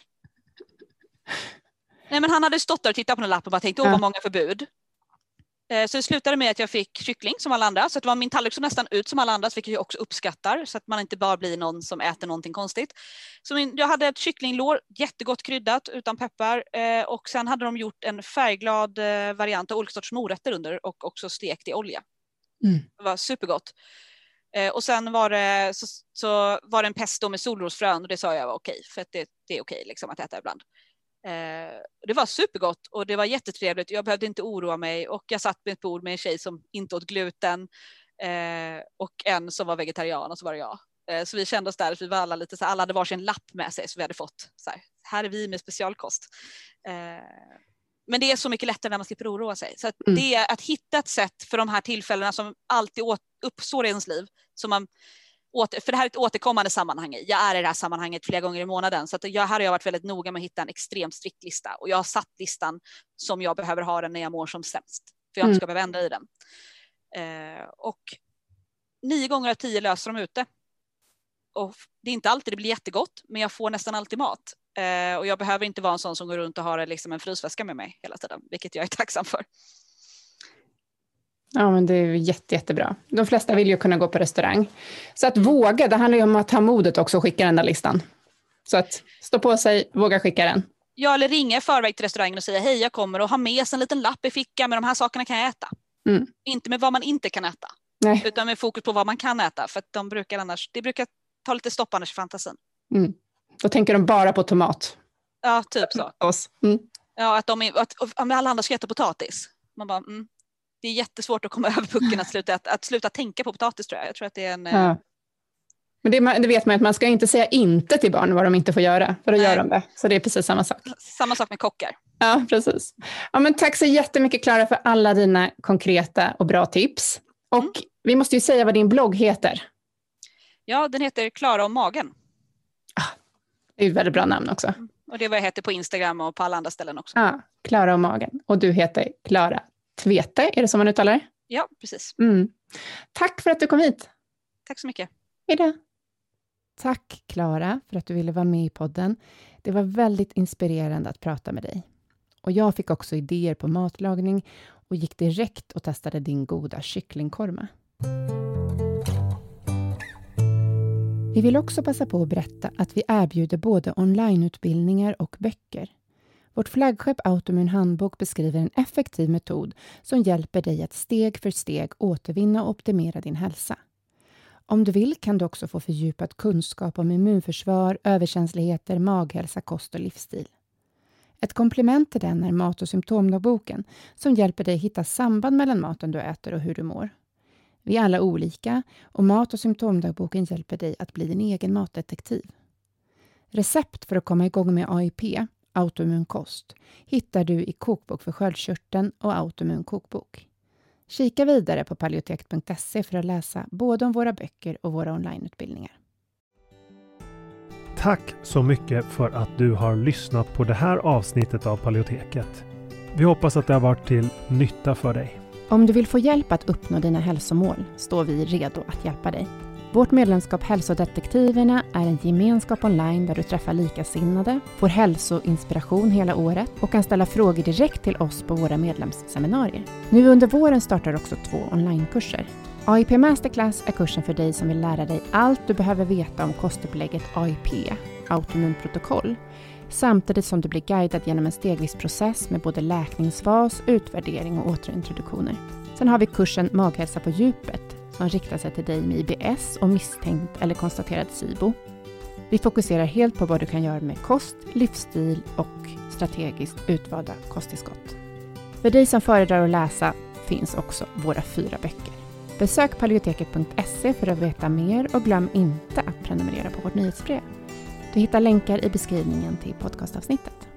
Nej, men han hade stått där och tittat på den lappen och bara tänkt, åh, vad många förbud. Så det slutade med att jag fick kyckling som alla andra. Så det var min tallrik som nästan ut som alla andra, vilket jag också uppskattar. Så att man inte bara blir någon som äter någonting konstigt. Så min, jag hade ett kycklinglår, jättegott kryddat, utan peppar. Eh, och sen hade de gjort en färgglad eh, variant av olika sorts morötter under. Och också stekt i olja. Mm. Det var supergott. Eh, och sen var det, så, så var det en pesto med solrosfrön. Och det sa jag var okej, för att det, det är okej liksom, att äta ibland. Eh, det var supergott och det var jättetrevligt. Jag behövde inte oroa mig och jag satt med ett bord med en tjej som inte åt gluten eh, och en som var vegetarian och så var det jag. Eh, så vi kände oss där att vi var alla lite så här, alla hade varsin lapp med sig så vi hade fått så här, här är vi med specialkost. Eh, men det är så mycket lättare när man slipper oroa sig. Så att mm. det är att hitta ett sätt för de här tillfällena som alltid åt, uppstår i ens liv. Som man för det här är ett återkommande sammanhang. Jag är i det här sammanhanget flera gånger i månaden. Så att jag, här har jag varit väldigt noga med att hitta en extremt strikt lista. Och jag har satt listan som jag behöver ha den när jag mår som sämst. För jag inte ska behöva ändra i den. Eh, och nio gånger av tio löser de ute. Och det är inte alltid det blir jättegott. Men jag får nästan alltid mat. Eh, och jag behöver inte vara en sån som går runt och har liksom en frysväska med mig hela tiden. Vilket jag är tacksam för. Ja, men det är jätte, jättebra. De flesta vill ju kunna gå på restaurang. Så att våga, det handlar ju om att ha modet också och skicka den där listan. Så att stå på sig, våga skicka den. Ja, eller ringa i förväg till restaurangen och säga hej, jag kommer och ha med sig en liten lapp i fickan med de här sakerna kan jag äta. Mm. Inte med vad man inte kan äta. Nej. Utan med fokus på vad man kan äta. För att de brukar annars, det brukar ta lite stopp annars i fantasin. Mm. Då tänker de bara på tomat. Ja, typ så. Mm. Ja, att, de, att, att alla andra ska äta potatis. Man bara, mm. Det är jättesvårt att komma över pucken att sluta, att, att sluta tänka på potatis tror jag. Jag tror att det är en... Ja. Men det, det vet man att man ska inte säga inte till barn vad de inte får göra. För då Nej. Gör de det. Så det är precis samma sak. Samma sak med kockar. Ja, precis. Ja, men tack så jättemycket Klara för alla dina konkreta och bra tips. Och mm. vi måste ju säga vad din blogg heter. Ja, den heter Klara och magen. Ah, det är ett väldigt bra namn också. Mm. Och det är vad jag heter på Instagram och på alla andra ställen också. Ja, Klara och magen. Och du heter Klara Tvete, är det som man uttalar det? Ja, precis. Mm. Tack för att du kom hit. Tack så mycket. Hej då. Tack Klara för att du ville vara med i podden. Det var väldigt inspirerande att prata med dig. Och jag fick också idéer på matlagning och gick direkt och testade din goda kycklingkorma. Vi vill också passa på att berätta att vi erbjuder både onlineutbildningar och böcker. Vårt flaggskepp Autoimmun handbok beskriver en effektiv metod som hjälper dig att steg för steg återvinna och optimera din hälsa. Om du vill kan du också få fördjupad kunskap om immunförsvar, överkänsligheter, maghälsa, kost och livsstil. Ett komplement till den är mat- och symptomdagboken som hjälper dig hitta samband mellan maten du äter och hur du mår. Vi är alla olika och mat- och symptomdagboken hjälper dig att bli din egen matdetektiv. Recept för att komma igång med A I P, autoimmun kost, hittar du i Kokbok för sköldkörteln och Autoimmun kokbok. Kika vidare på paleoteket punkt se för att läsa både om våra böcker och våra onlineutbildningar. Tack så mycket för att du har lyssnat på det här avsnittet av Paleoteket. Vi hoppas att det har varit till nytta för dig. Om du vill få hjälp att uppnå dina hälsomål står vi redo att hjälpa dig. Vårt medlemskap Hälsodetektiverna är en gemenskap online där du träffar likasinnade, får hälsoinspiration hela året och kan ställa frågor direkt till oss på våra medlemsseminarier. Nu under våren startar också två onlinekurser. A I P Masterclass är kursen för dig som vill lära dig allt du behöver veta om kostupplägget A I P autoimmunprotokoll, samtidigt som du blir guidad genom en stegvis process med både läkningsfas, utvärdering och återintroduktioner. Sen har vi kursen Maghälsa på djupet som riktar sig till dig med I B S och misstänkt eller konstaterad SIBO. Vi fokuserar helt på vad du kan göra med kost, livsstil och strategiskt utvalda kosttillskott. För dig som föredrar att läsa finns också våra fyra böcker. Besök paleoteket punkt se för att veta mer och glöm inte att prenumerera på vårt nyhetsbrev. Du hittar länkar i beskrivningen till podcastavsnittet.